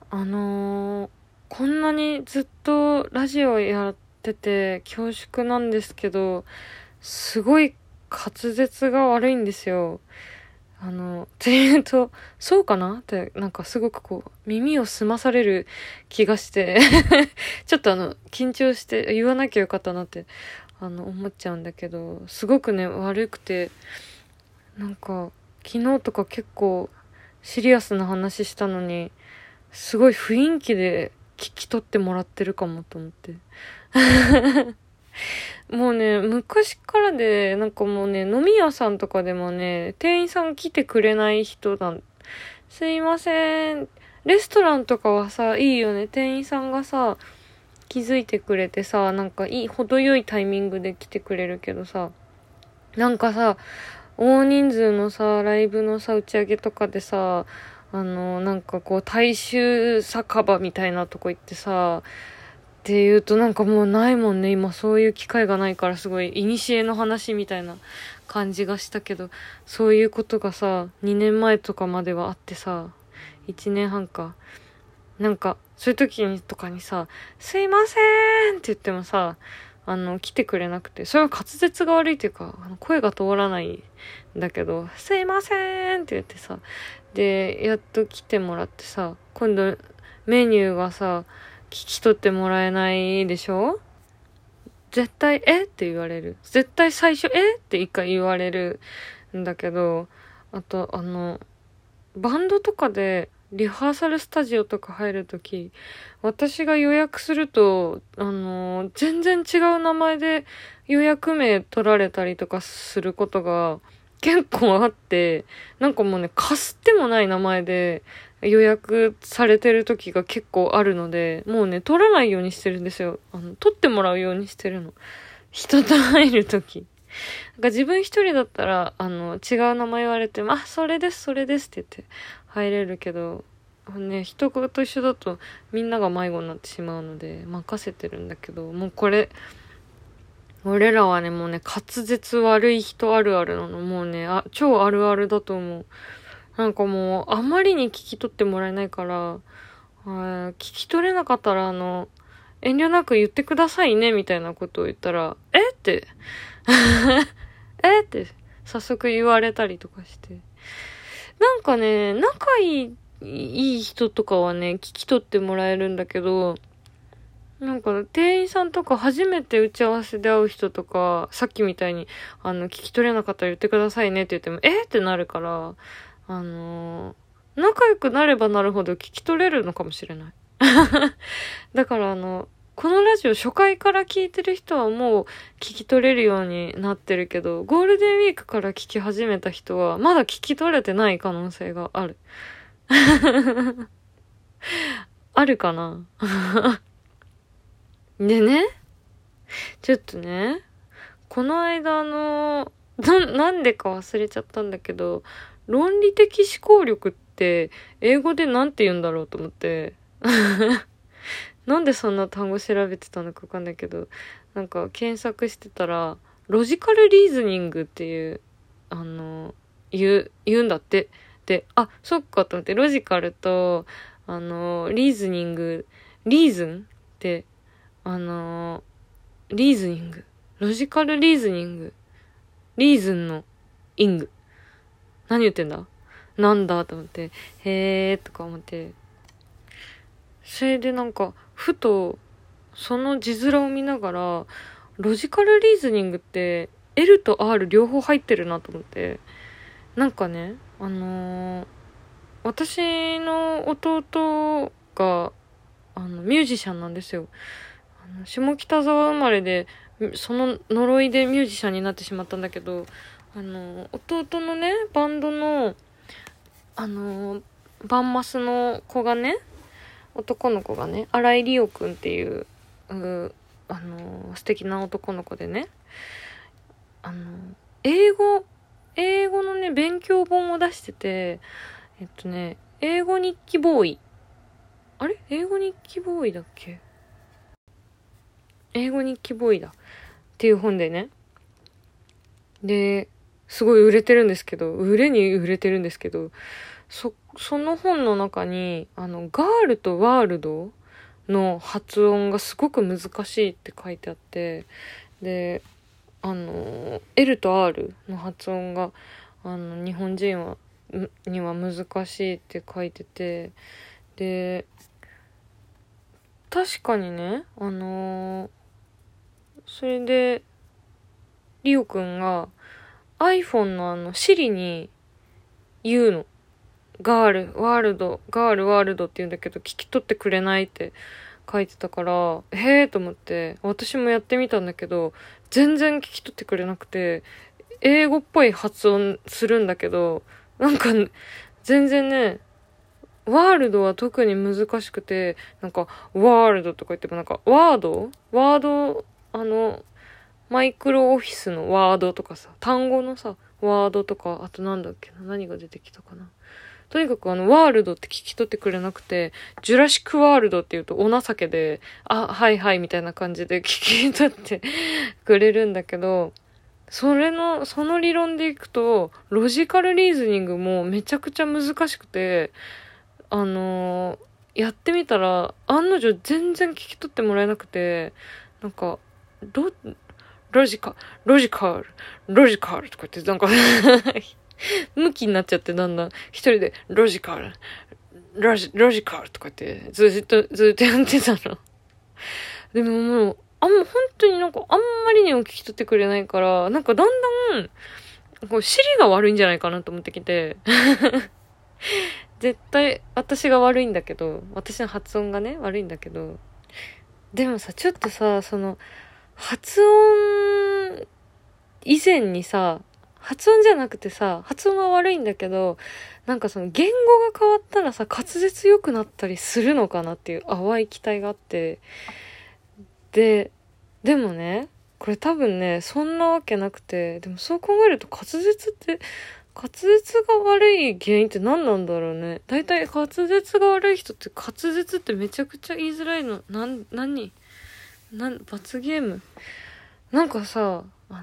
こんなにずっとラジオやってて恐縮なんですけど、すごい滑舌が悪いんですよ。っていうと、そうかなって、なんかすごくこう、耳を澄まされる気がしてちょっと緊張して言わなきゃよかったなって、思っちゃうんだけど、すごくね、悪くて、なんか、昨日とか結構シリアスな話したのに、すごい雰囲気で聞き取ってもらってるかもと思って。もうね、昔からで、なんかもうね、飲み屋さんとかでもね、店員さん来てくれない人なん、すいません。レストランとかはさ、いいよね。店員さんがさ、気づいてくれてさ、なんか程よいタイミングで来てくれるけどさ、なんかさ、大人数のさ、ライブのさ、打ち上げとかでさ、なんかこう、大衆酒場みたいなとこ行ってさ、っていうとなんかもうないもんね。今そういう機会がないからすごい古の話みたいな感じがしたけど、そういうことがさ、2年前とかまではあってさ、1年半か。なんか、そういう時にとかにさ、すいませんって言ってもさ、来てくれなくて、それは滑舌が悪いっていうか、声が通らないんだけど、すいませんって言ってさ、で、やっと来てもらってさ、今度メニューがさ、聞き取ってもらえないでしょ。絶対、って言われる。絶対最初、って一回言われるんだけど、あと、バンドとかで、リハーサルスタジオとか入るとき、私が予約すると、全然違う名前で予約名取られたりとかすることが結構あって、なんかもうね、かすってもない名前で予約されてる時が結構あるので、もうね、取らないようにしてるんですよ。取ってもらうようにしてるの。人と入る時。なんか自分一人だったら、違う名前言われても、あ、それです、それですって言って入れるけど、ね、人と一緒だとみんなが迷子になってしまうので、任せてるんだけど、もうこれ、俺らはね、もうね、滑舌悪い人あるあるなの。もうね、超あるあるだと思う。なんかもう、あまりに聞き取ってもらえないから、聞き取れなかったら、遠慮なく言ってくださいね、みたいなことを言ったら、って、って、早速言われたりとかして。なんかね、仲いい人とかはね、聞き取ってもらえるんだけど、なんか、店員さんとか初めて打ち合わせで会う人とか、さっきみたいに、聞き取れなかったら言ってくださいねって言っても、ってなるから、仲良くなればなるほど聞き取れるのかもしれない。だからこのラジオ初回から聞いてる人はもう聞き取れるようになってるけど、ゴールデンウィークから聞き始めた人はまだ聞き取れてない可能性がある。あるかな。でね、ちょっとね、この間なんでか忘れちゃったんだけど、論理的思考力って英語でなんて言うんだろうと思って、なんでそんな単語調べてたのかわかんないけど、なんか検索してたら、ロジカルリーズニングっていう、言うんだって。で、あ、そっかと思って、ロジカルと、リーズニング、リーズンって、リーズニング。ロジカルリーズニング。リーズンのイング。何言ってんだなんだと思って、へーとか思って。それでなんか、ふと、その字面を見ながら、ロジカルリーズニングって、L と R 両方入ってるなと思って。なんかね、私の弟が、ミュージシャンなんですよ。下北沢生まれで、その呪いでミュージシャンになってしまったんだけど、弟のね、バンドの、バンマスの子がね、男の子がね、荒井里央くんっていう、素敵な男の子でね、あの、英語のね、勉強本を出してて、英語日記ボーイ。あれ英語日記ボーイだっけ。英語日記ボーイだ。っていう本でね。で、すごい売れてるんですけど、売れに売れてるんですけど、 その本の中に、ガールとワールドの発音がすごく難しいって書いてあって、で、L と R の発音が、日本人には難しいって書いてて、で、確かにね、それで、リオくんが iPhone のSiri に言うの。ガール、ワールド、ガール、ワールドって言うんだけど、聞き取ってくれないって書いてたから、へーと思って、私もやってみたんだけど、全然聞き取ってくれなくて、英語っぽい発音するんだけど、なんか、全然ね、ワールドは特に難しくて、なんか、ワールドとか言ってもなんか、ワード、マイクロオフィスのワードとかさ、単語のさ、ワードとか、あとなんだっけな、何が出てきたかな。とにかくワールドって聞き取ってくれなくて、ジュラシックワールドって言うとお情けで、あ、はいはいみたいな感じで聞き取ってくれるんだけど、その理論でいくと、ロジカルリーズニングもめちゃくちゃ難しくて、やってみたら、案の定全然聞き取ってもらえなくて、なんか、ロジカルとか言って、なんか向きになっちゃってだんだん、一人で、ロジカルとか言って、ずっとやってたの。でももう、本当になんか、あんまりにも聞き取ってくれないから、なんかだんだん、尻が悪いんじゃないかなと思ってきて。絶対、私が悪いんだけど、私の発音がね、悪いんだけど、でもさ、ちょっとさ、発音以前にさ、発音じゃなくてさ、発音は悪いんだけど、なんか言語が変わったらさ、滑舌良くなったりするのかなっていう淡い期待があって、でもね、これ多分ね、そんなわけなくて、でもそう考えると滑舌が悪い原因って何なんだろうね。だいたい滑舌が悪い人って滑舌ってめちゃくちゃ言いづらいの。罰ゲームなんかさ、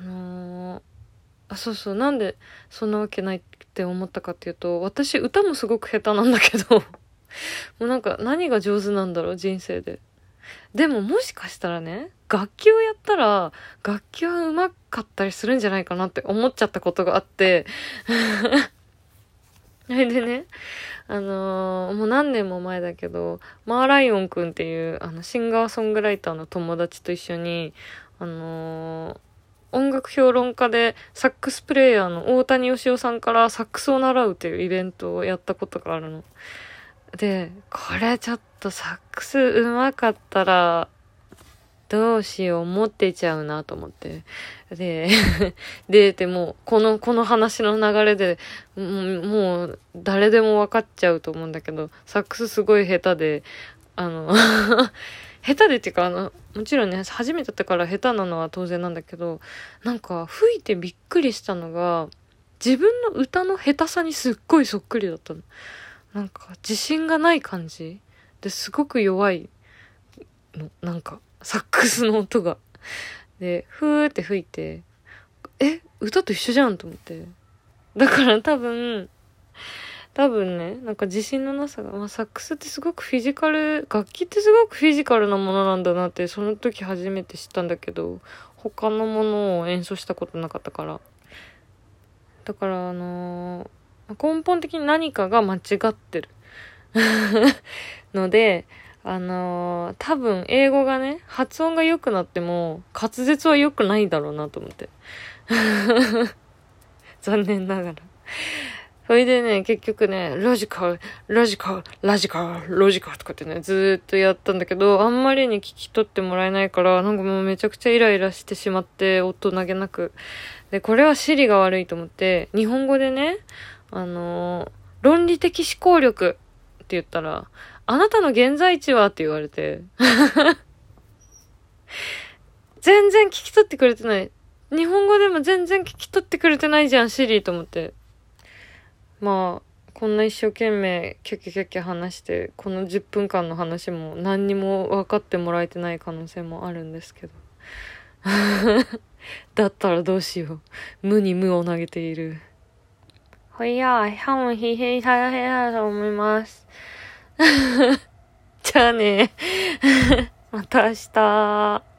そうそう、なんでそんなわけないって思ったかっていうと、私歌もすごく下手なんだけど、もうなんか何が上手なんだろう、人生で。でももしかしたらね、楽器をやったら、楽器は上手かったりするんじゃないかなって思っちゃったことがあって、それでね、もう何年も前だけど、マーライオンくんっていう、シンガーソングライターの友達と一緒に、音楽評論家でサックスプレイヤーの大谷義夫さんからサックスを習うっていうイベントをやったことがあるの。で、これちょっとサックス上手かったら、どうしよう、持ってちゃうなと思って。で、もう、この話の流れで、もう、誰でも分かっちゃうと思うんだけど、サックスすごい下手で、下手でっていうか、もちろんね、初めてだったから下手なのは当然なんだけど、なんか、吹いてびっくりしたのが、自分の歌の下手さにすっごいそっくりだったの。なんか、自信がない感じですごく弱いの。なんか、サックスの音が。で、ふーって吹いて、歌と一緒じゃんと思って。だから多分ね、なんか自信のなさが、サックスってすごくフィジカル、楽器ってすごくフィジカルなものなんだなって、その時初めて知ったんだけど、他のものを演奏したことなかったから。だから根本的に何かが間違ってる。ので、多分英語がね、発音が良くなっても、滑舌は良くないだろうなと思って。残念ながら。それでね、結局ね、ロジカルとかってね、ずーっとやったんだけど、あんまりに聞き取ってもらえないから、なんかもうめちゃくちゃイライラしてしまって、大人げなく。で、これはシリが悪いと思って、日本語でね、論理的思考力って言ったら、あなたの現在地はって言われて。全然聞き取ってくれてない。日本語でも全然聞き取ってくれてないじゃん、シリと思って。まあ、こんな一生懸命キャキャキャキャ話して、この10分間の話も何にも分かってもらえてない可能性もあるんですけど。だったらどうしよう。無に無を投げている。 ほいや、ハモヒヘイ大変だと思います。じゃあね。また明日。